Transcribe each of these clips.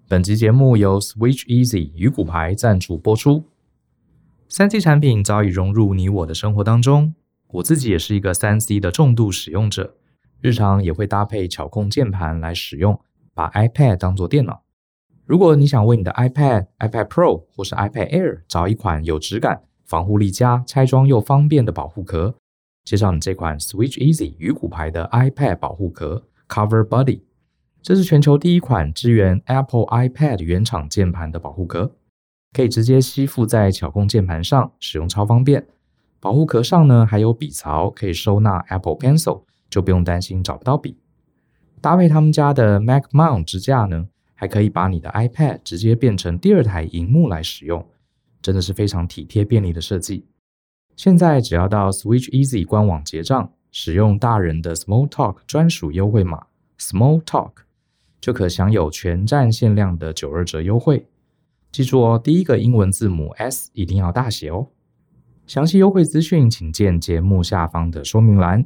本集节目由 Switch Easy 鱼骨牌赞助播出。3C 产品早已融入你我的生活当中，我自己也是一个 3C 的重度使用者，日常也会搭配巧控键盘来使用，把 iPad 当作电脑。如果你想为你的 iPad、iPad Pro 或是 iPad Air 找一款有质感、防护力佳、拆装又方便的保护壳，介绍你这款 Switch Easy 鱼骨牌的 iPad 保护壳 Cover Buddy。这是全球第一款支援 Apple iPad 原厂键盘的保护壳，可以直接吸附在巧控键盘上，使用超方便。保护壳上呢还有笔槽，可以收纳 Apple Pencil， 就不用担心找不到笔。搭配他们家的 Mac Mount 支架呢，还可以把你的 iPad 直接变成第二台萤幕来使用，真的是非常体贴便利的设计。现在只要到 Switch Easy 官网结账，使用大人的 Small Talk 专属优惠码 Small Talk，就可享有全站限量的92折优惠。记住哦，第一个英文字母 S 一定要大写哦。详细优惠资讯请见节目下方的说明栏。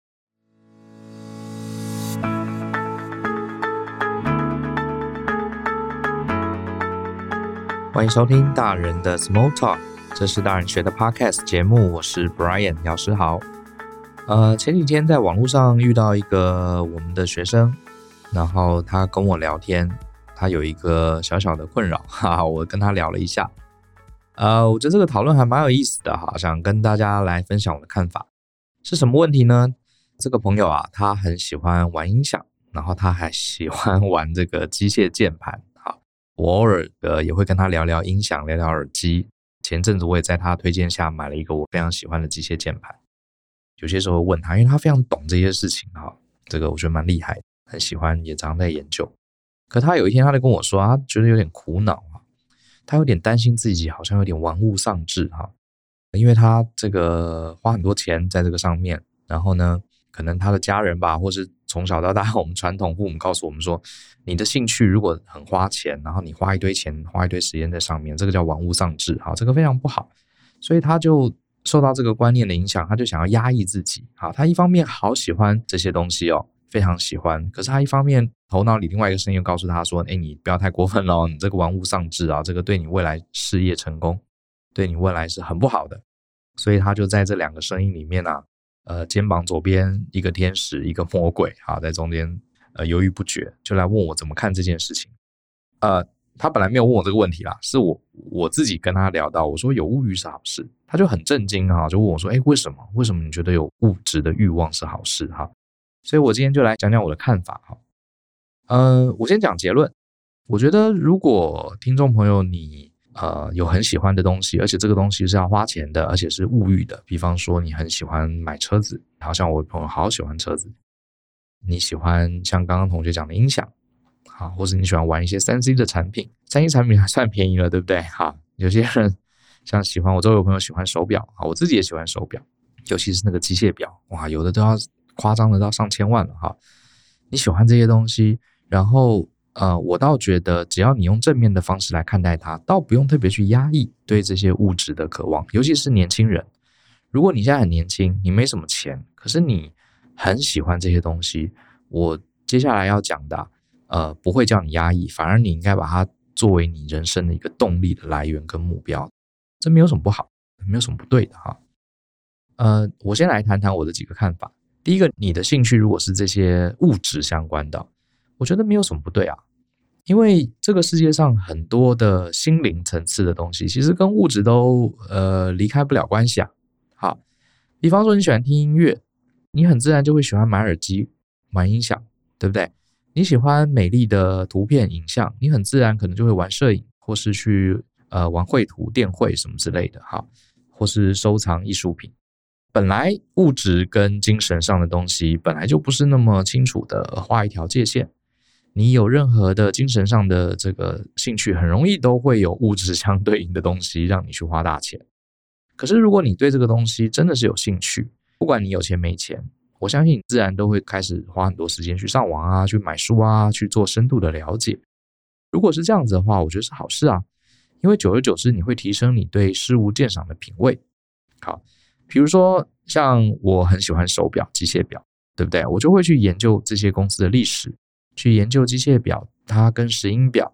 欢迎收听大人的 Small Talk， 这是大人学的 Podcast 节目，我是 Brian 药师豪。前几天在网络上遇到一个我们的学生，然后他跟我聊天，他有一个小小的困扰，我跟他聊了一下。我觉得这个讨论还蛮有意思的，想跟大家来分享我的看法。是什么问题呢？这个朋友啊，他很喜欢玩音响，然后他还喜欢玩这个机械键盘。我偶尔也会跟他聊聊音响，聊聊耳机。前阵子我也在他推荐下买了一个我非常喜欢的机械键盘。有些时候问他，因为他非常懂这些事情，这个我觉得蛮厉害的，很喜欢，也常常在研究。可他有一天他就跟我说，他觉得有点苦恼，他有点担心自己好像有点玩物丧志，因为他这个花很多钱在这个上面，然后呢可能他的家人吧，或是从小到大我们传统父母告诉我们说，你的兴趣如果很花钱，然后你花一堆钱花一堆时间在上面，这个叫玩物丧志，这个非常不好。所以他就受到这个观念的影响，他就想要压抑自己。他一方面好喜欢这些东西非常喜欢，可是他一方面头脑里另外一个声音又告诉他说，你不要太过分了，你这个玩物丧志这个对你未来事业成功，对你未来是很不好的。所以他就在这两个声音里面肩膀左边一个天使一个魔鬼在中间犹豫不决，就来问我怎么看这件事情。他本来没有问我这个问题啦，是我自己跟他聊到，我说有物欲是好事，他就很震惊就问我说，为什么你觉得有物质的欲望是好事所以我今天就来讲讲我的看法我先讲结论。我觉得如果听众朋友你有很喜欢的东西，而且这个东西是要花钱的，而且是物欲的，比方说你很喜欢买车子，好像我朋友好喜欢车子，你喜欢像刚刚同学讲的音响或是你喜欢玩一些 3C 的产品， 3C 产品还算便宜了，对不对有些人像喜欢，我周围有朋友喜欢手表我自己也喜欢手表，尤其是那个机械表，有的都要夸张的到上千万了你喜欢这些东西，然后我倒觉得只要你用正面的方式来看待它，倒不用特别去压抑对这些物质的渴望，尤其是年轻人。如果你现在很年轻，你没什么钱，可是你很喜欢这些东西，我接下来要讲的不会叫你压抑，反而你应该把它作为你人生的一个动力的来源跟目标，这没有什么不好，没有什么不对的我先来谈谈我的几个看法。第一个，你的兴趣如果是这些物质相关的，我觉得没有什么不对因为这个世界上很多的心灵层次的东西其实跟物质都离开不了关系好，比方说你喜欢听音乐，你很自然就会喜欢买耳机玩音响，对不对？你喜欢美丽的图片影像，你很自然可能就会玩摄影，或是去玩绘图电绘什么之类的或是收藏艺术品。本来物质跟精神上的东西本来就不是那么清楚的画一条界限，你有任何的精神上的这个兴趣，很容易都会有物质相对应的东西让你去花大钱。可是如果你对这个东西真的是有兴趣，不管你有钱没钱，我相信你自然都会开始花很多时间去上网去买书去做深度的了解。如果是这样子的话，我觉得是好事因为久而久之你会提升你对事物鉴赏的品味。好，比如说像我很喜欢手表机械表，对不对？我就会去研究这些公司的历史，去研究机械表它跟石英表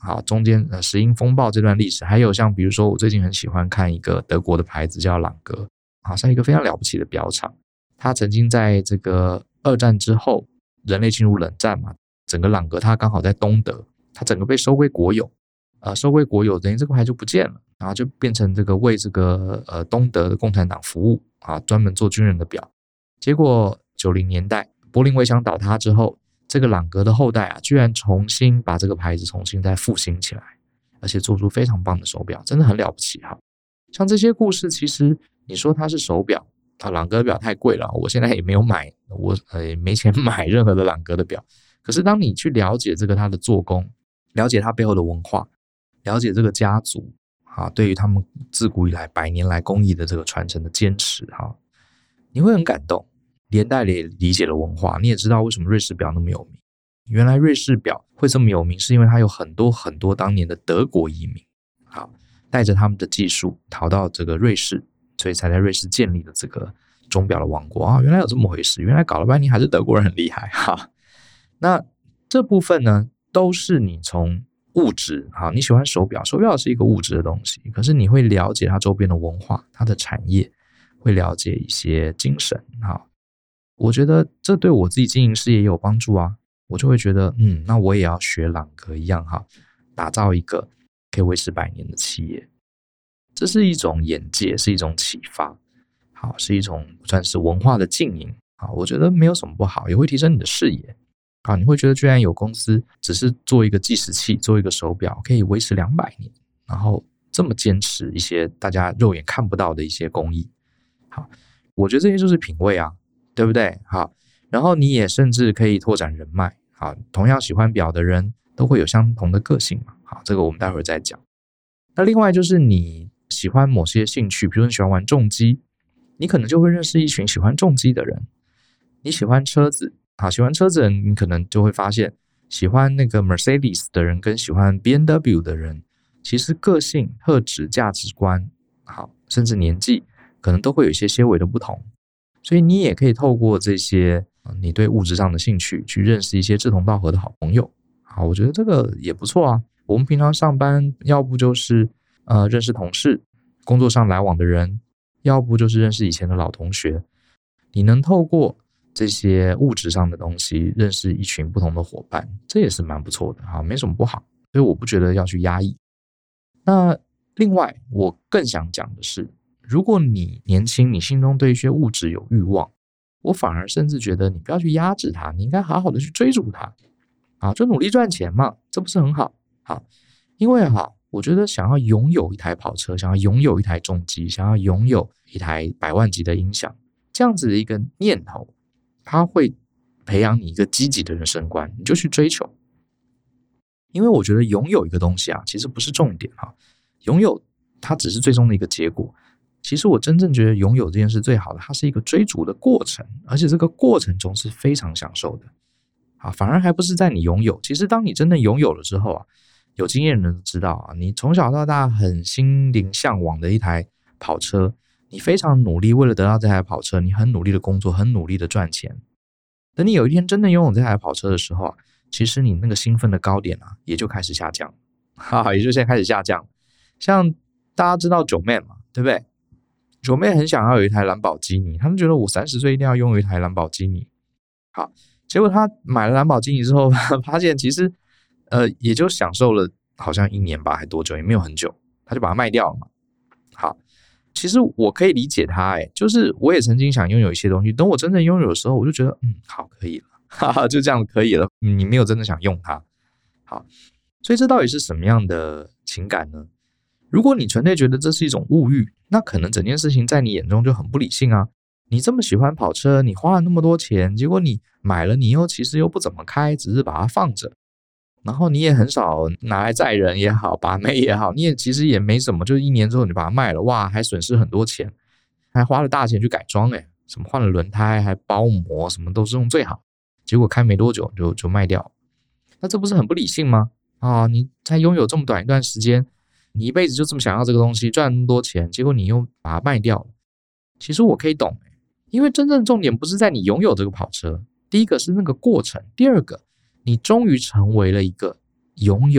好，中间石英风暴这段历史，还有像比如说我最近很喜欢看一个德国的牌子叫朗格，好像一个非常了不起的表厂，它曾经在这个2战之后，人类进入冷战嘛，整个朗格它刚好在东德，它整个被收归国有，收归国有等于这个牌就不见了，然后就变成这个为这个东德的共产党服务啊，专门做军人的表。结果90年代柏林围墙倒塌之后，这个朗格的后代啊，居然重新把这个牌子重新再复兴起来，而且做出非常棒的手表，真的很了不起哈。像这些故事，其实你说它是手表啊，朗格的表太贵了，我现在也没有买，我也没钱买任何的朗格的表。可是当你去了解这个它的做工，了解它背后的文化，了解这个家族啊，对于他们自古以来100年来工艺的这个传承的坚持哈，你会很感动。连带也理解了文化，你也知道为什么瑞士表那么有名。原来瑞士表会这么有名，是因为它有很多很多当年的德国移民，好，带着他们的技术逃到这个瑞士，所以才在瑞士建立了这个钟表的王国啊。原来有这么回事，原来搞了半天还是德国人很厉害哈。那这部分呢，都是你从物质，好，你喜欢手表，手表是一个物质的东西，可是你会了解它周边的文化，它的产业，会了解一些精神，好。我觉得这对我自己经营事业也有帮助啊，我就会觉得那我也要学朗格一样哈，打造一个可以维持100年的企业。这是一种眼界，是一种启发，好，是一种算是文化的浸淫啊，我觉得没有什么不好，也会提升你的视野啊，你会觉得居然有公司只是做一个计时器，做一个手表可以维持200年，然后这么坚持一些大家肉眼看不到的一些工艺，好，我觉得这些就是品味啊，对不对？好，然后你也甚至可以拓展人脉，好，同样喜欢表的人都会有相同的个性嘛，好，这个我们待会儿再讲。那另外就是你喜欢某些兴趣，比如你喜欢玩重机，你可能就会认识一群喜欢重机的人。你喜欢车子，好，喜欢车子的人，你可能就会发现，喜欢那个 Mercedes 的人跟喜欢 BMW 的人，其实个性、特质、价值观，好，甚至年纪，可能都会有一些些微的不同。所以你也可以透过这些你对物质上的兴趣去认识一些志同道合的好朋友，好，我觉得这个也不错啊。我们平常上班要不就是认识同事，工作上来往的人，要不就是认识以前的老同学。你能透过这些物质上的东西认识一群不同的伙伴，这也是蛮不错的啊，没什么不好，所以我不觉得要去压抑。那另外我更想讲的是，如果你年轻，你心中对一些物质有欲望，我反而甚至觉得你不要去压制它，你应该好好的去追逐它，啊，就努力赚钱嘛，这不是很好？好，因为我觉得想要拥有一台跑车，想要拥有一台重机，想要拥有一台100万级的音响，这样子的一个念头，它会培养你一个积极的人生观，你就去追求。因为我觉得拥有一个东西啊，其实不是重点哈，拥有它只是最终的一个结果。其实我真正觉得拥有这件事最好的，它是一个追逐的过程，而且这个过程中是非常享受的啊，反而还不是在你拥有。其实当你真正拥有了之后啊，有经验的人知道啊，你从小到大很心灵向往的一台跑车，你非常努力为了得到这台跑车，你很努力的工作，很努力的赚钱。等你有一天真正拥有这台跑车的时候啊，其实你那个兴奋的高点啊，也就开始下降，也就现在开始下降。像大家知道九妹嘛，对不对？九妹很想要有一台兰博基尼，他们觉得我30岁一定要拥有一台兰博基尼。好，结果他买了兰博基尼之后，发现其实也就享受了好像1年吧，还多久也没有很久，他就把它卖掉了嘛。好，其实我可以理解他，就是我也曾经想拥有一些东西，等我真正拥有的时候，我就觉得好，可以了，哈哈，就这样可以了。你没有真的想用它。好，所以这到底是什么样的情感呢？如果你纯粹觉得这是一种物欲，那可能整件事情在你眼中就很不理性啊。你这么喜欢跑车，你花了那么多钱，结果你买了，你其实又不怎么开，只是把它放着，然后你也很少拿来载人也好，把妹也好，你也其实也没什么，就1年之后你把它卖了，哇，还损失很多钱，还花了大钱去改装，什么换了轮胎，还包膜，什么都是用最好，结果开没多久就卖掉，那这不是很不理性吗？你才拥有这么短一段时间，你一辈子就这么想要这个东西，赚那么多钱，结果你又把它卖掉了。其实我可以懂，因为真正重点不是在你拥有这个跑车，第一个是那个过程，第二个你终于成为了一个拥有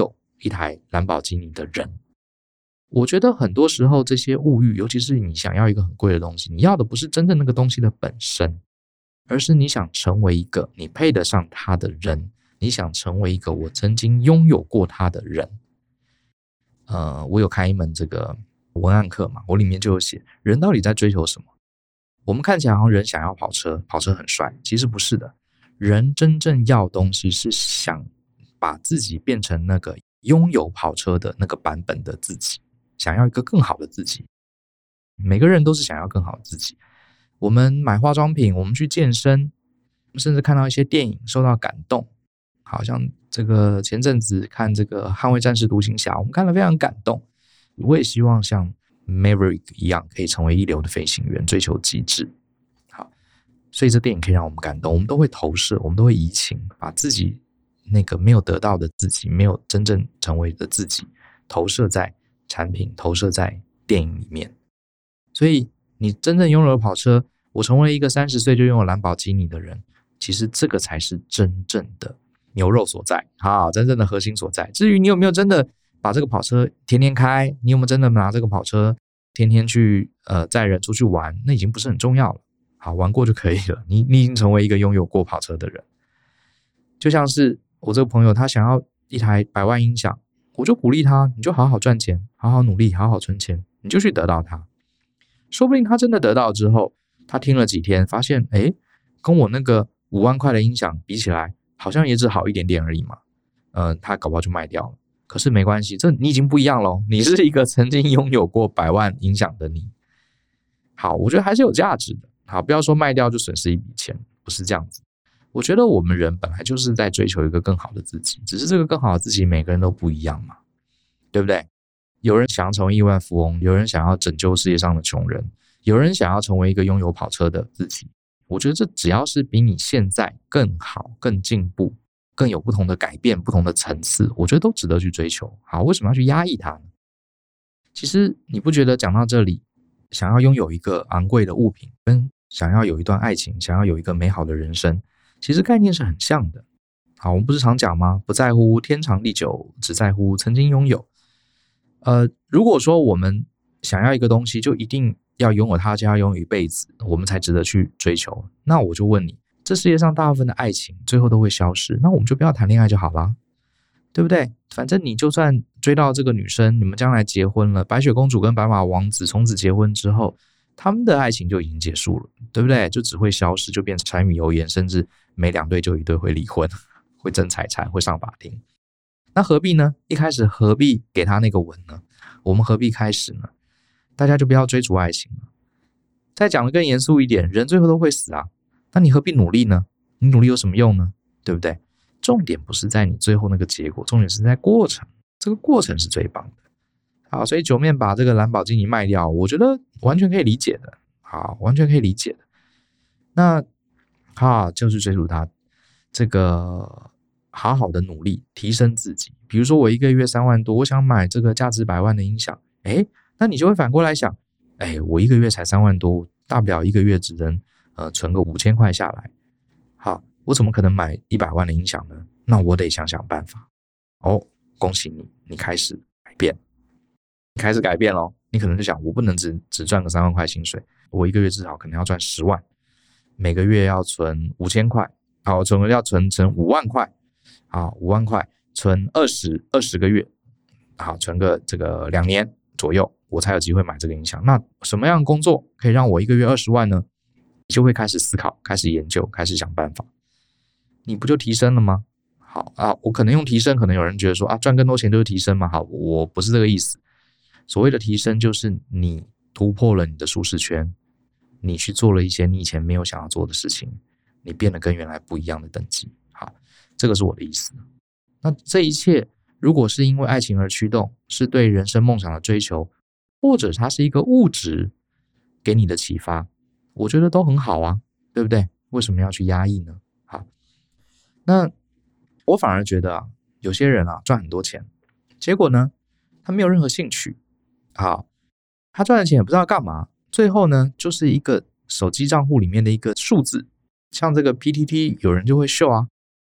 一台兰博基尼的人。我觉得很多时候这些物欲，尤其是你想要一个很贵的东西，你要的不是真正那个东西的本身，而是你想成为一个你配得上它的人，你想成为一个我曾经拥有过它的人。我有开一门这个文案课嘛，我里面就有写人到底在追求什么。我们看起来好像人想要跑车，跑车很帅，其实不是的。人真正要东西是想把自己变成那个拥有跑车的那个版本的自己，想要一个更好的自己。每个人都是想要更好的自己。我们买化妆品，我们去健身，我们甚至看到一些电影受到感动，好像这个前阵子看这个捍卫战士独行侠，我们看了非常感动。我也希望像 Maverick 一样可以成为一流的飞行员，追求极致。好，所以这电影可以让我们感动，我们都会投射，我们都会移情，把自己那个没有得到的自己，没有真正成为的自己投射在产品，投射在电影里面。所以你真正拥有了跑车，我成为一个30岁就拥有兰博基尼的人，其实这个才是真正的牛肉所在，好，真正的核心所在。至于你有没有真的把这个跑车天天开，你有没有真的拿这个跑车天天去载人出去玩，那已经不是很重要了。好，玩过就可以了。你已经成为一个拥有过跑车的人。就像是我这个朋友，他想要一台100万音响，我就鼓励他，你就好好赚钱，好好努力，好好存钱，你就去得到它。说不定他真的得到之后，他听了几天，发现跟我那个5万块的音响比起来，好像也只好一点点而已嘛。他搞不好就卖掉了。可是没关系，这你已经不一样咯，你是一个曾经拥有过100万音响的你。好，我觉得还是有价值的。好，不要说卖掉就损失一笔钱，不是这样子。我觉得我们人本来就是在追求一个更好的自己，只是这个更好的自己每个人都不一样嘛，对不对？有人想要成为亿万富翁，有人想要拯救世界上的穷人，有人想要成为一个拥有跑车的自己。我觉得这只要是比你现在更好、更进步、更有不同的改变、不同的层次，我觉得都值得去追求。好，为什么要去压抑它呢？其实你不觉得讲到这里，想要拥有一个昂贵的物品，跟想要有一段爱情，想要有一个美好的人生，其实概念是很像的。好，我们不是常讲吗？不在乎天长地久，只在乎曾经拥有。如果说我们想要一个东西，就一定要拥有它，就要拥有一辈子，我们才值得去追求。那我就问你，这世界上大部分的爱情最后都会消失，那我们就不要谈恋爱就好啦，对不对？反正你就算追到这个女生，你们将来结婚了，白雪公主跟白马王子从此结婚之后，他们的爱情就已经结束了，对不对？就只会消失，就变成柴米油盐，甚至每2对就1对会离婚，会争财产，会上法庭。那何必呢？一开始何必给他那个吻呢？我们何必开始呢？大家就不要追逐爱情了。再讲的更严肃一点，人最后都会死啊，那你何必努力呢？你努力有什么用呢？对不对？重点不是在你最后那个结果，重点是在过程，这个过程是最棒的。好，所以九面把这个兰博基尼卖掉，我觉得完全可以理解的。好，完全可以理解的。那就是追逐他这个好好的努力提升自己。比如说我1个月3万多，我想买这个价值100万的音响，那你就会反过来想，我1个月才3万多，大不了1个月只能存个5000块下来。好，我怎么可能买100万的音响呢？那我得想想办法。恭喜你，你开始改变，你开始改变咯。你可能就想，我不能只赚个3万块薪水，我1个月至少可能要赚10万，每个月要存5000块，好，要存成5万块，好，5万块存20个月，好，存个这个2年左右，我才有机会买这个音响。那什么样的工作可以让我1个月20万呢？你就会开始思考，开始研究，开始想办法，你不就提升了吗？好啊，我可能用提升，可能有人觉得说赚更多钱就是提升嘛。好，我不是这个意思。所谓的提升就是你突破了你的舒适圈，你去做了一些你以前没有想要做的事情，你变得跟原来不一样的等级。好，这个是我的意思。那这一切如果是因为爱情而驱动，是对人生梦想的追求，或者它是一个物质给你的启发，我觉得都很好啊，对不对？为什么要去压抑呢？好，那我反而觉得有些人赚很多钱，结果呢他没有任何兴趣。好，他赚的钱也不知道干嘛，最后呢就是一个手机账户里面的一个数字。像这个 PTT 有人就会秀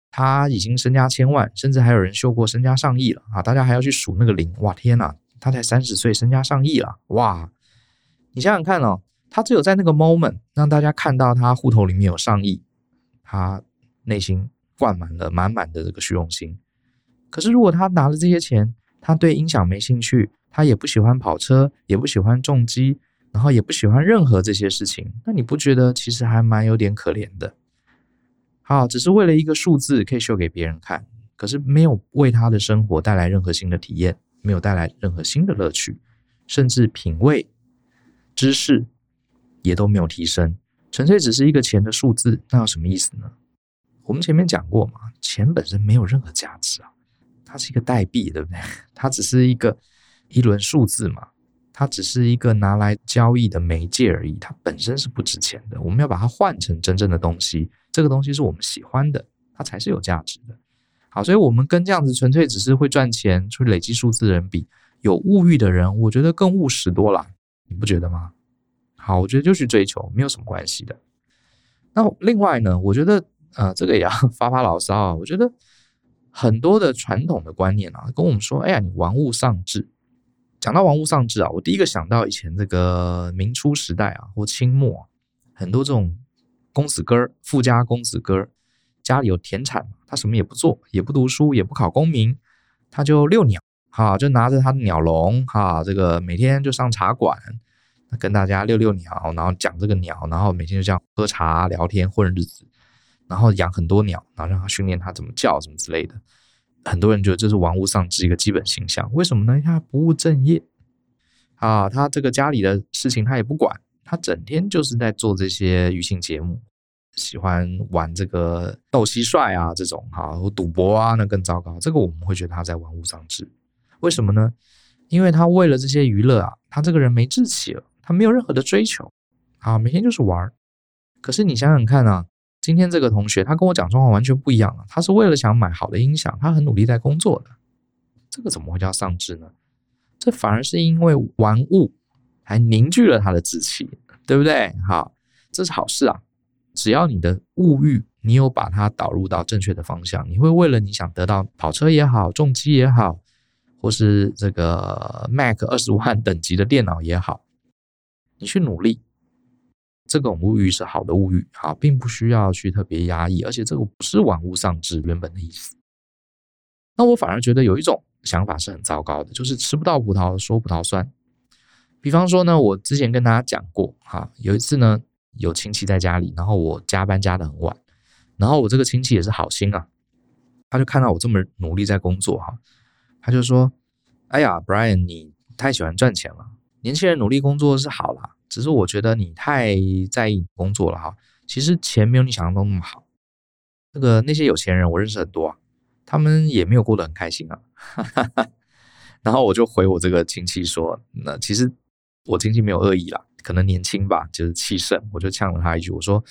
他已经身家千万，甚至还有人秀过身家上亿了啊！大家还要去数那个零，哇天哪，他才30岁，身家上亿了，哇！你想想看哦，他只有在那个 moment 让大家看到他户头里面有上亿，他内心灌满了满满的这个虚荣心。可是如果他拿了这些钱，他对音响没兴趣，他也不喜欢跑车，也不喜欢重机，然后也不喜欢任何这些事情，那你不觉得其实还蛮有点可怜的？好，只是为了一个数字可以秀给别人看，可是没有为他的生活带来任何新的体验，没有带来任何新的乐趣，甚至品味、知识也都没有提升，纯粹只是一个钱的数字，那有什么意思呢？我们前面讲过嘛，钱本身没有任何价值啊，它是一个代币，对不对？它只是一轮数字嘛，它只是一个拿来交易的媒介而已，它本身是不值钱的。我们要把它换成真正的东西，这个东西是我们喜欢的，它才是有价值的。好，所以我们跟这样子纯粹只是会赚钱、去累积数字的人比，有物欲的人，我觉得更务实多啦，你不觉得吗？好，我觉得就去追求，没有什么关系的。那另外呢，我觉得这个也要发发牢骚啊。我觉得很多的传统的观念啊，跟我们说，哎呀，你玩物丧志。讲到玩物丧志啊，我第一个想到以前这个明初时代啊，或清末很多这种公子哥、富家公子哥，家里有田产嘛，他什么也不做，也不读书，也不考功名，他就遛鸟，就拿着他的鸟笼，这个每天就上茶馆，跟大家遛遛鸟，然后讲这个鸟，然后每天就这样喝茶聊天混日子，然后养很多鸟，然后让他训练他怎么叫什么之类的。很多人觉得这是玩物丧志一个基本形象，为什么呢？因为他不务正业他这个家里的事情他也不管，他整天就是在做这些娱性节目，喜欢玩这个斗蟋蟀啊这种或赌博啊，那更糟糕。这个我们会觉得他在玩物丧志，为什么呢？因为他为了这些娱乐他这个人没志气了，他没有任何的追求每天就是玩。可是你想想看今天这个同学他跟我讲状况完全不一样了，他是为了想买好的音响，他很努力在工作的，这个怎么会叫丧志呢？这反而是因为玩物还凝聚了他的志气，对不对？好，这是好事啊。只要你的物欲你有把它导入到正确的方向，你会为了你想得到跑车也好，重机也好，或是这个 Mac 20万等级的电脑也好，你去努力，这种物欲是好的物欲，并不需要去特别压抑，而且这个不是玩物丧志原本的意思。那我反而觉得有一种想法是很糟糕的，就是吃不到葡萄说葡萄酸。比方说呢，我之前跟大家讲过有一次呢，有亲戚在家里，然后我加班加得很晚，然后我这个亲戚也是好心他就看到我这么努力在工作他就说，哎呀 Brian 你太喜欢赚钱了，年轻人努力工作是好啦，只是我觉得你太在意工作了其实钱没有你想象中那么好。那些有钱人我认识很多他们也没有过得很开心然后我就回我这个亲戚说，那其实我亲戚没有恶意啦，可能年轻吧，就是气盛，我就呛了他一句，我说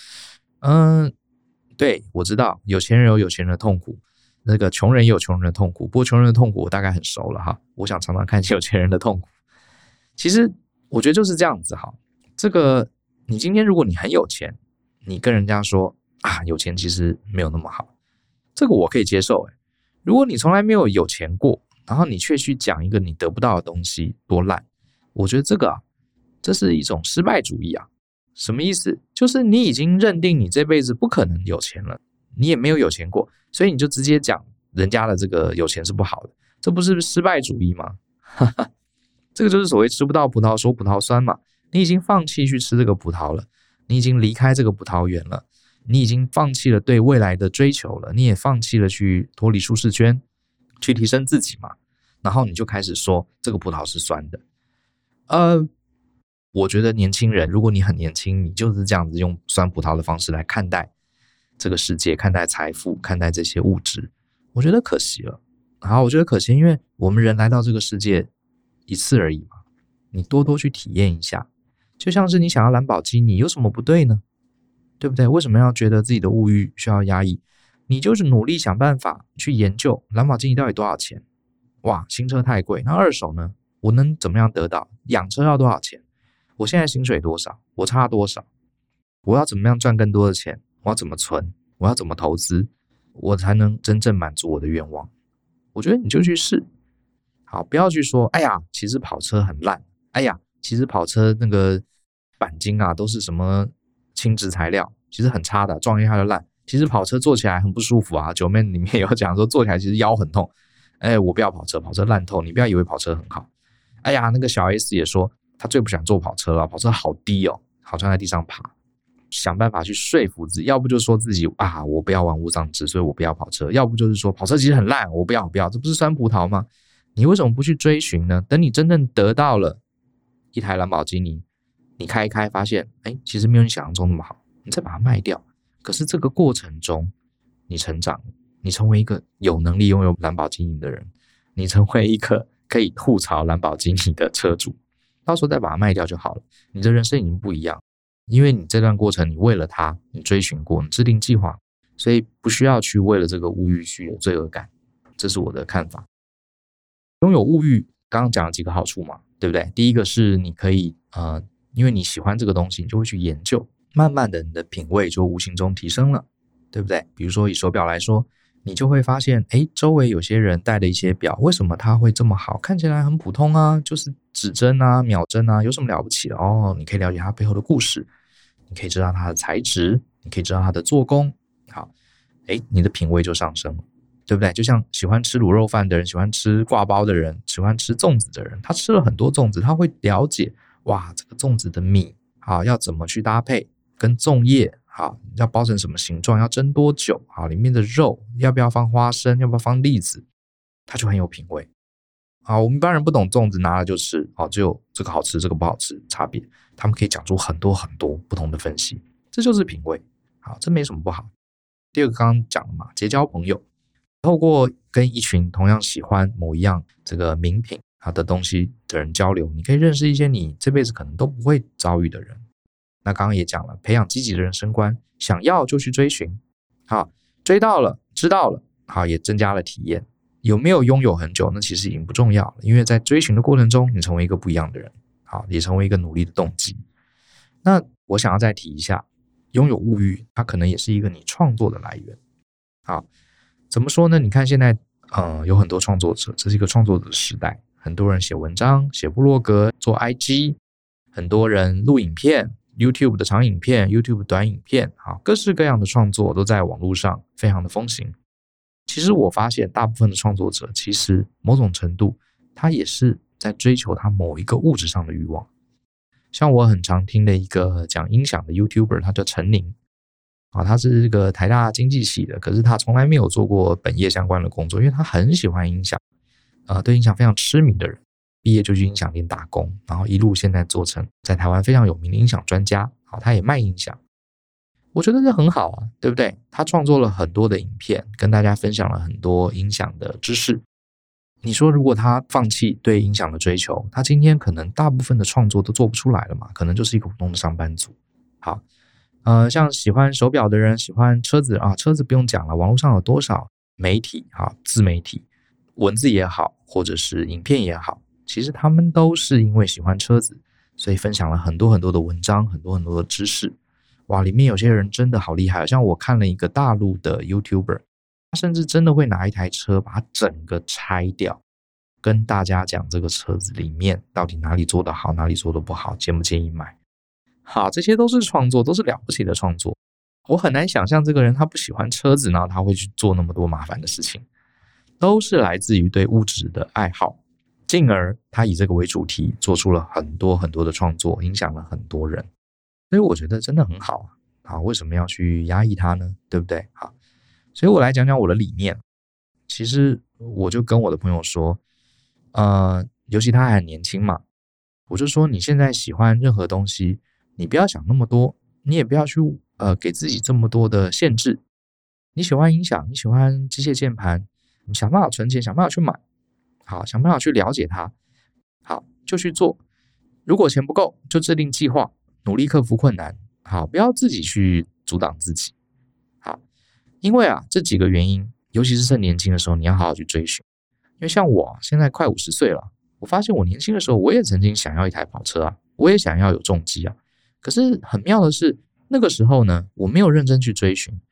对，我知道有钱人有有钱人的痛苦，那个穷人也有穷人的痛苦，不过穷人的痛苦我大概很熟了我想常常看见有钱人的痛苦。其实我觉得就是这样子这个你今天如果你很有钱，你跟人家说有钱其实没有那么好，这个我可以接受如果你从来没有有钱过，然后你却去讲一个你得不到的东西多烂，我觉得这是一种失败主义什么意思？就是你已经认定你这辈子不可能有钱了，你也没有钱过，所以你就直接讲人家的这个有钱是不好的，这不是失败主义吗？这个就是所谓吃不到葡萄说葡萄酸嘛。你已经放弃去吃这个葡萄了，你已经离开这个葡萄园了，你已经放弃了对未来的追求了，你也放弃了去脱离舒适圈，去提升自己嘛。然后你就开始说这个葡萄是酸的。我觉得年轻人，如果你很年轻，你就是这样子用酸葡萄的方式来看待这个世界，看待财富，看待这些物质，我觉得可惜了。我觉得可惜，因为我们人来到这个世界一次而已嘛，你多多去体验一下。就像是你想要兰博基尼，有什么不对呢？对不对？为什么要觉得自己的物欲需要压抑？你就是努力想办法去研究兰博基尼到底多少钱。哇，新车太贵，那二手呢？我能怎么样得到？养车要多少钱？我现在薪水多少？我差多少？我要怎么样赚更多的钱？我要怎么存？我要怎么投资？ 我才能真正满足我的愿望。我觉得你就去试，好，不要去说，哎呀，其实跑车很烂，哎呀，其实跑车那个钣金啊都是什么轻质材料，其实很差的，撞一下就烂。其实跑车坐起来很不舒服啊，九妹里面有讲说坐起来其实腰很痛。我不要跑车，跑车烂透，你不要以为跑车很好。哎呀，那个小 S 也说他最不想坐跑车了，跑车好低哦，好像在地上爬。想办法去说服自己，要不就说自己啊，我不要玩物丧志，所以我不要跑车；要不就是说跑车其实很烂，我不要，这不是酸葡萄吗？你为什么不去追寻呢？等你真正得到了一台兰博基尼，你开一开发现，其实没有你想象中那么好，你再把它卖掉。可是这个过程中，你成长，你成为一个有能力拥有兰博基尼的人，你成为一个可以吐槽兰博基尼的车主，到时候再把它卖掉就好了。你的人生已经不一样。因为你这段过程你为了他，你追寻过，你制定计划，所以不需要去为了这个物欲去有罪恶感，这是我的看法。拥有物欲刚刚讲了几个好处嘛，对不对？第一个是你可以因为你喜欢这个东西，你就会去研究，慢慢的你的品味就无形中提升了，对不对？比如说以手表来说，你就会发现周围有些人戴的一些表，为什么它会这么好？看起来很普通啊，就是指针啊秒针啊，有什么了不起的？你可以了解它背后的故事，你可以知道它的材质，你可以知道它的做工，好，你的品味就上升了，对不对？就像喜欢吃卤肉饭的人，喜欢吃挂包的人，喜欢吃粽子的人，他吃了很多粽子，他会了解，哇，这个粽子的米好要怎么去搭配，跟粽叶好要包成什么形状，要蒸多久，好里面的肉要不要放花生，要不要放栗子，他就很有品味。好，我们一般人不懂粽子，拿了就吃，只有这个好吃，这个不好吃差别，他们可以讲出很多很多不同的分析，这就是品味。好，这没什么不好。第二个刚刚讲了嘛，结交朋友，透过跟一群同样喜欢某一样这个名品的东西的人交流，你可以认识一些你这辈子可能都不会遭遇的人。那刚刚也讲了，培养积极的人生观，想要就去追寻，好，追到了，知道了，好，也增加了体验。有没有拥有很久，那其实已经不重要了，因为在追寻的过程中，你成为一个不一样的人，好，也成为一个努力的动机。那我想要再提一下，拥有物欲，它可能也是一个你创作的来源。好，怎么说呢？你看现在有很多创作者，这是一个创作者的时代，很多人写文章、写部落格、做 IG， 很多人录影片 YouTube 的长影片 YouTube 短影片，好，各式各样的创作都在网络上非常的风行。其实我发现大部分的创作者其实某种程度他也是在追求他某一个物质上的欲望。像我很常听的一个讲音响的 YouTuber， 他叫陈宁，他是这个台大经济系的，可是他从来没有做过本业相关的工作，因为他很喜欢音响，对音响非常痴迷的人，毕业就去音响店打工，然后一路现在做成在台湾非常有名的音响专家，他也卖音响。我觉得这很好啊，对不对？他创作了很多的影片，跟大家分享了很多音响的知识。你说如果他放弃对音响的追求，他今天可能大部分的创作都做不出来了嘛，可能就是一个普通的上班族。好，像喜欢手表的人，喜欢车子啊，车子不用讲了，网络上有多少媒体自媒体，文字也好，或者是影片也好，其实他们都是因为喜欢车子，所以分享了很多很多的文章，很多很多的知识。哇，里面有些人真的好厉害，像我看了一个大陆的 YouTuber， 他甚至真的会拿一台车把它整个拆掉，跟大家讲这个车子里面到底哪里做得好，哪里做得不好，建不建议买。好，这些都是创作，都是了不起的创作。我很难想象这个人他不喜欢车子，然后他会去做那么多麻烦的事情，都是来自于对物质的爱好，进而他以这个为主题做出了很多很多的创作，影响了很多人。所以我觉得真的很好啊，为什么要去压抑它呢？对不对？好，所以我来讲讲我的理念。其实我就跟我的朋友说，尤其他还很年轻嘛，我就说你现在喜欢任何东西，你不要想那么多，你也不要去给自己这么多的限制。你喜欢音响，你喜欢机械键盘，你想办法存钱，想办法去买，好，想办法去了解它，好，就去做。如果钱不够，就制定计划，努力克服困难，好，不要自己去阻挡自己，好，因为这几个原因，尤其是趁年轻的时候，你要好好去追寻。因为像我现在快50岁了，我发现我年轻的时候，我也曾经想要一台跑车啊，我也想要有重机啊，可是很妙的是，那个时候呢，我没有认真去追寻，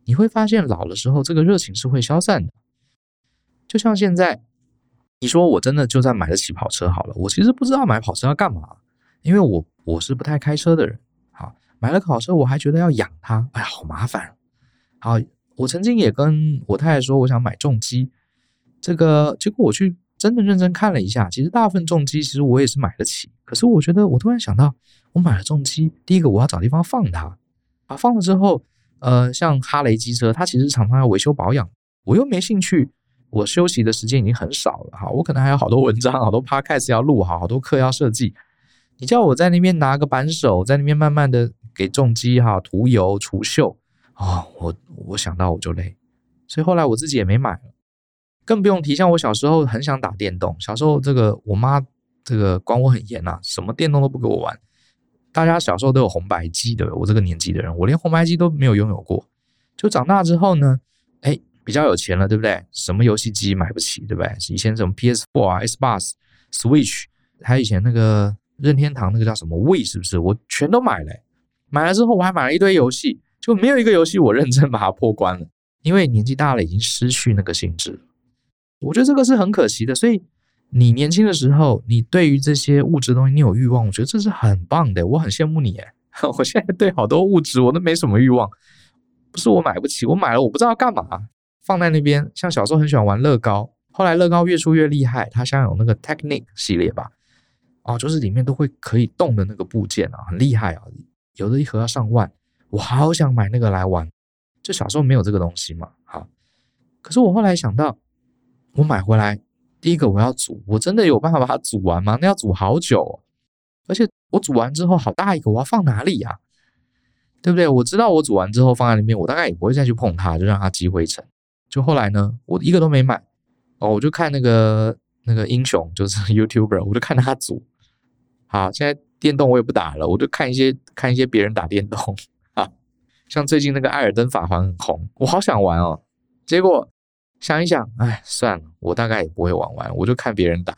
你会发现老的时候这个热情是会消散的。就像现在你说我真的就算买得起跑车好了，我其实不知道买跑车要干嘛，因为我是不太开车的人。好，买了跑车我还觉得要养它，哎呀好麻烦。好，我曾经也跟我太太说我想买重机，结果我去真的认真看了一下，其实大部分重机其实我也是买得起，可是我觉得我突然想到，我买了重机，第一个我要找地方放它，放了之后像哈雷机车它其实常常要维修保养，我又没兴趣，我休息的时间已经很少了，好，我可能还有好多文章好多 podcast 要录，好多课要设计，你叫我在那边拿个扳手在那边慢慢的给重机涂油除锈，我想到我就累，所以后来我自己也没买了。更不用提，像我小时候很想打电动，小时候我妈管我很严什么电动都不给我玩。大家小时候都有红白机的，我这个年纪的人，我连红白机都没有拥有过。就长大之后呢，比较有钱了，对不对？什么游戏机买不起，对不对？以前什么 PS4 Xbox、Switch， 还有以前那个任天堂那个叫什么 Wii， 是不是？我全都买了。买了之后我还买了一堆游戏，就没有一个游戏我认真把它破关了，因为年纪大了已经失去那个兴致了。我觉得这个是很可惜的，所以你年轻的时候，你对于这些物质的东西你有欲望，我觉得这是很棒的，我很羡慕你耶。我现在对好多物质我都没什么欲望，不是我买不起，我买了我不知道干嘛，放在那边。像小时候很喜欢玩乐高，后来乐高越出越厉害，它像有那个 Technic 系列吧，就是里面都会可以动的那个部件很厉害有的一盒要上万，我好想买那个来玩，就小时候没有这个东西嘛。好，可是我后来想到，我买回来第一个我要煮，我真的有办法把它煮完吗？那要煮好久而且我煮完之后好大一个，我要放哪里啊？对不对？我知道我煮完之后放在那边，我大概也不会再去碰它，就让它积灰尘。就后来呢，我一个都没买我就看那个英雄，就是 YouTuber， 我就看他煮。好，现在电动我也不打了，我就看一些别人打电动像最近那个艾尔登法环很红，我好想玩结果想一想，算了，我大概也不会玩完，我就看别人打。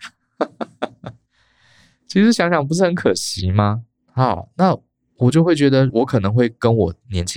其实想想不是很可惜吗？好，那我就会觉得我可能会跟我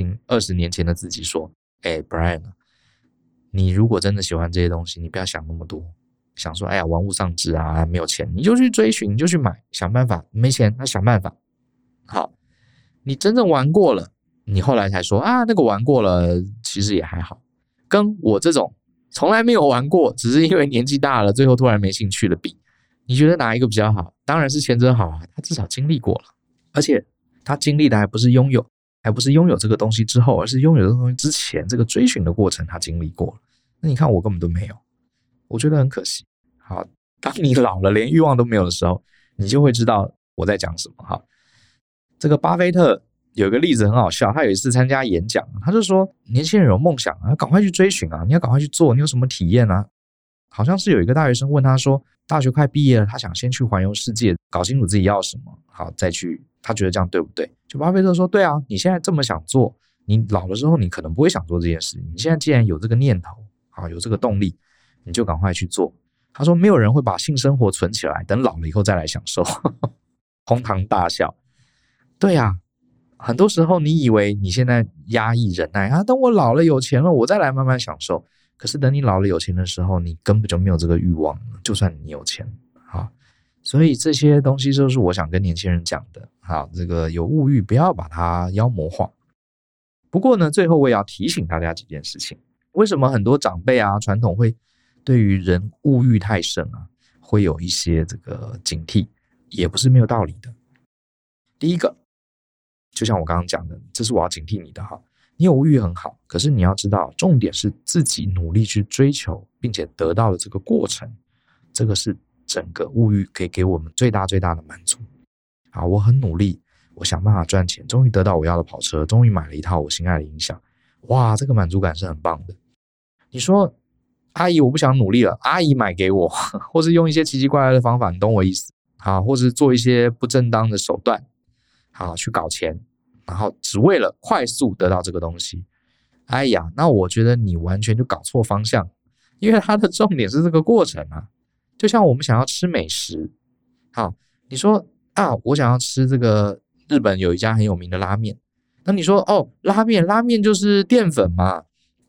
20年前的自己说，Brian， 你如果真的喜欢这些东西，你不要想那么多，想说玩物丧志没有钱，你就去追寻，你就去买，想办法，没钱那想办法。好，你真正玩过了，你后来才说那个玩过了其实也还好，跟我这种从来没有玩过，只是因为年纪大了最后突然没兴趣的比，你觉得哪一个比较好？当然是前者好他至少经历过了，而且他经历的还不是拥有这个东西之后，而是拥有这个东西之前，这个追寻的过程他经历过了。那你看我根本都没有，我觉得很可惜。好，当你老了连欲望都没有的时候，你就会知道我在讲什么。这个巴菲特有一个例子很好笑，他有一次参加演讲，他就说年轻人有梦想赶快去追寻你要赶快去做，你有什么体验好像是有一个大学生问他说，大学快毕业了，他想先去环游世界，搞清楚自己要什么，好再去，他觉得这样对不对？就巴菲特说，对你现在这么想做，你老的时候你可能不会想做这件事，你现在既然有这个念头有这个动力，你就赶快去做。他说没有人会把性生活存起来，等老了以后再来享受。哄堂大笑。对很多时候你以为你现在压抑忍耐等我老了有钱了我再来慢慢享受，可是等你老了有钱的时候，你根本就没有这个欲望了，就算你有钱所以这些东西就是我想跟年轻人讲的这个有物欲不要把它妖魔化。不过呢，最后我也要提醒大家几件事情，为什么很多长辈传统会对于人物欲太盛会有一些这个警惕，也不是没有道理的。第一个就像我刚刚讲的，这是我要警惕你的你有物欲很好，可是你要知道重点是自己努力去追求并且得到的这个过程，这个是整个物欲可以给我们最大的满足我很努力，我想办法赚钱，终于得到我要的跑车，终于买了一套我心爱的音响，哇，这个满足感是很棒的。你说阿姨我不想努力了，阿姨买给我，或是用一些奇奇怪怪的方法，你懂我意思或是做一些不正当的手段去搞钱，然后只为了快速得到这个东西，那我觉得你完全就搞错方向，因为它的重点是这个过程就像我们想要吃美食你说我想要吃这个日本有一家很有名的拉面，那你说拉面就是淀粉嘛，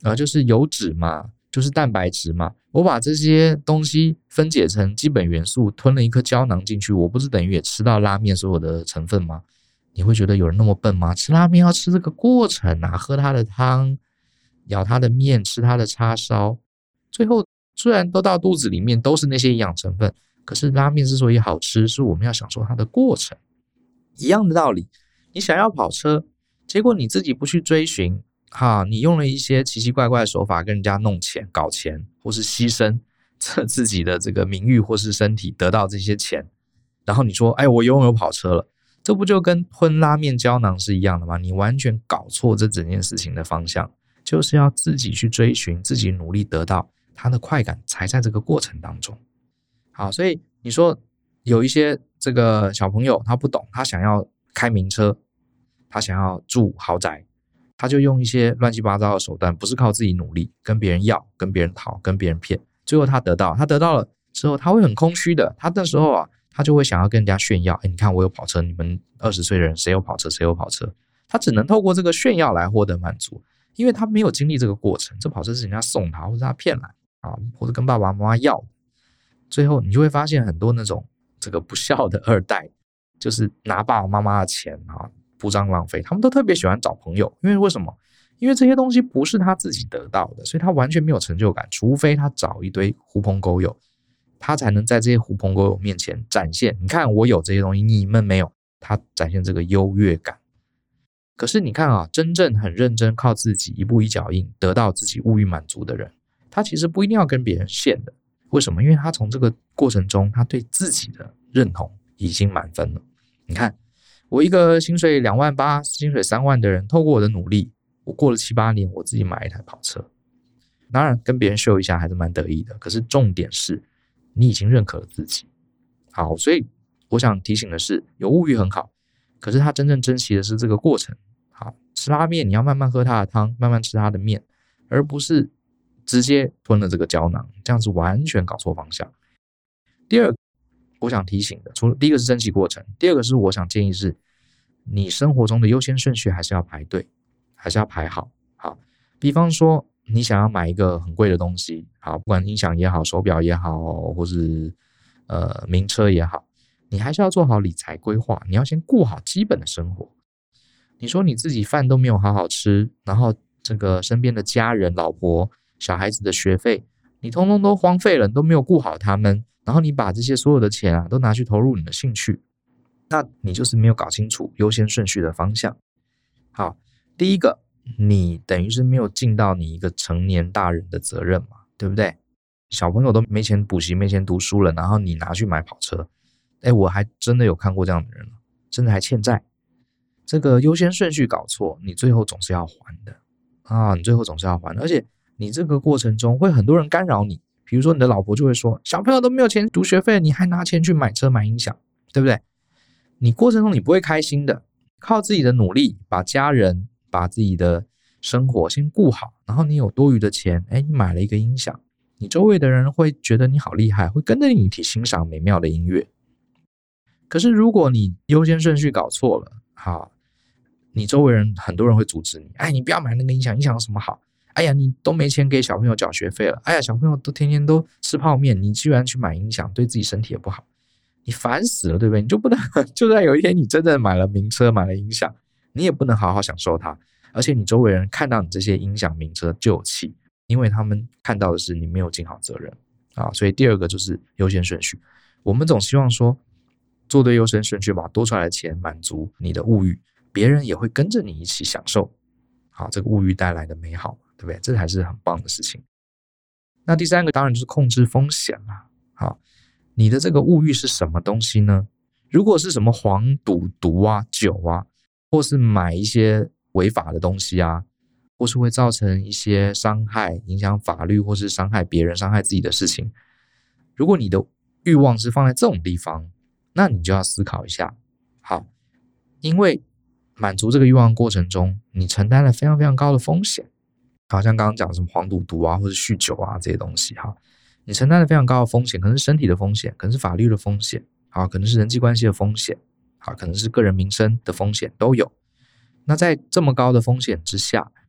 就是油脂嘛，就是蛋白质嘛，我把这些东西分解成基本元素，吞了一颗胶囊进去，我不是等于也吃到拉面所有的成分吗？你会觉得有人那么笨吗？吃拉面要吃这个过程啊，喝它的汤，舀它的面，吃它的叉烧，最后虽然都到肚子里面都是那些营养成分，可是拉面之所以好吃，是我们要享受它的过程。一样的道理，你想要跑车，结果你自己不去追寻，你用了一些奇奇怪怪的手法跟人家弄钱、搞钱，或是牺牲自己的这个名誉或是身体得到这些钱，然后你说，哎，我拥有跑车了，这不就跟吞拉面胶囊是一样的吗？你完全搞错这整件事情的方向，就是要自己去追寻，自己努力得到它的快感，才在这个过程当中。好，所以你说有一些这个小朋友他不懂，他想要开名车，他想要住豪宅，他就用一些乱七八糟的手段，不是靠自己努力，跟别人要，跟别人讨，跟别人骗，最后他得到了之后，他会很空虚的，他那时候他就会想要跟人家炫耀，你看我有跑车，你们20岁的人谁有跑车，谁有跑车，他只能透过这个炫耀来获得满足，因为他没有经历这个过程，这跑车是人家送他，或者他骗来或者跟爸爸妈妈要的，最后你就会发现很多那种这个不孝的二代，就是拿爸爸妈妈的钱铺张浪费，他们都特别喜欢找朋友，因为为什么？因为这些东西不是他自己得到的，所以他完全没有成就感，除非他找一堆狐朋狗友，他才能在这些狐朋狗友面前展现，你看我有这些东西，你们没有，他展现这个优越感。可是你看真正很认真靠自己一步一脚印得到自己物欲满足的人，他其实不一定要跟别人炫的，为什么？因为他从这个过程中他对自己的认同已经满分了。你看我一个薪水2万8，薪水3万的人，透过我的努力，我过了7、8年，我自己买了一台跑车，当然跟别人秀一下还是蛮得意的，可是重点是你已经认可了自己。好，所以我想提醒的是，有物欲很好，可是他真正珍惜的是这个过程。好，吃拉面你要慢慢喝他的汤，慢慢吃他的面，而不是直接吞了这个胶囊，这样子完全搞错方向。第二个我想提醒的，除了第一个是珍惜过程，第二个是我想建议是，你生活中的优先顺序还是要排对，还是要排好。好，比方说你想要买一个很贵的东西，好，不管音响也好，手表也好，或是名车也好，你还是要做好理财规划，你要先顾好基本的生活。你说你自己饭都没有好好吃，然后这个身边的家人、老婆、小孩子的学费，你通通都荒废了，你都没有顾好他们，然后你把这些所有的钱都拿去投入你的兴趣，那你就是没有搞清楚优先顺序的方向。好，第一个，你等于是没有尽到你一个成年大人的责任嘛，对不对？小朋友都没钱补习，没钱读书了，然后你拿去买跑车，我还真的有看过这样的人，真的还欠债。这个优先顺序搞错，你最后总是要还的你最后总是要还的，而且你这个过程中会很多人干扰你，比如说你的老婆就会说，小朋友都没有钱读学费，你还拿钱去买车买音响，对不对？你过程中你不会开心的，靠自己的努力把家人把自己的生活先顾好，然后你有多余的钱，你买了一个音响，你周围的人会觉得你好厉害，会跟着你一起欣赏美妙的音乐。可是如果你优先顺序搞错了，你周围人很多人会阻止你，你不要买那个音响，音响有什么好？你都没钱给小朋友缴学费了，小朋友都天天都吃泡面，你居然去买音响，对自己身体也不好，你烦死了，对不对？你就不能就算有一天你真的买了名车，买了音响，你也不能好好享受它，而且你周围人看到你这些音响名车就有气，因为他们看到的是你没有尽好责任所以第二个就是优先顺序。我们总希望说做对优先顺序，把多出来的钱满足你的物欲，别人也会跟着你一起享受这个物欲带来的美好，对不对？这才是很棒的事情。那第三个当然就是控制风险啦。你的这个物欲是什么东西呢？如果是什么黄赌毒酒或是买一些违法的东西或是会造成一些伤害，影响法律或是伤害别人伤害自己的事情，如果你的欲望是放在这种地方，那你就要思考一下。因为满足这个欲望过程中，你承担了非常非常高的风险，好像刚刚讲什么黄赌毒或者酗酒这些东西你承担了非常高的风险，可能是身体的风险，可能是法律的风险可能是人际关系的风险可能是个人名声的风险都有。那在这么高的风险之下，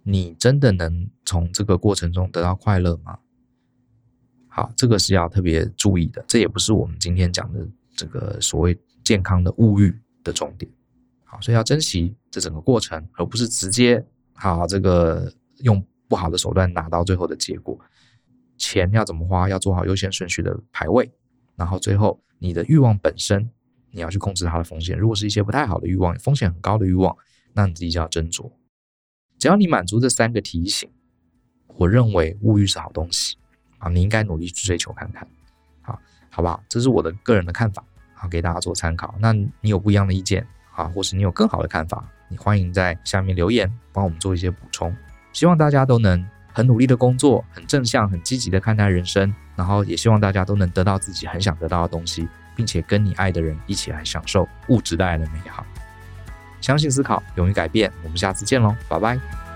你真的能从这个过程中得到快乐吗？好，这个是要特别注意的，这也不是我们今天讲的这个所谓健康的物欲的重点。好，所以要珍惜这整个过程，而不是直接这个用不好的手段拿到最后的结果。钱要怎么花，要做好优先顺序的排位，然后最后你的欲望本身你要去控制它的风险。如果是一些不太好的欲望，风险很高的欲望，那你自己就要斟酌。只要你满足这3个提醒，我认为物欲是好东西你应该努力去追求看看，好不好？这是我的个人的看法，给大家做参考。那你有不一样的意见或是你有更好的看法，你欢迎在下面留言，帮我们做一些补充。希望大家都能很努力的工作，很正向很积极的看待人生，然后也希望大家都能得到自己很想得到的东西，并且跟你爱的人一起来享受物质带来的美好。相信思考，勇于改变，我们下次见咯，拜拜。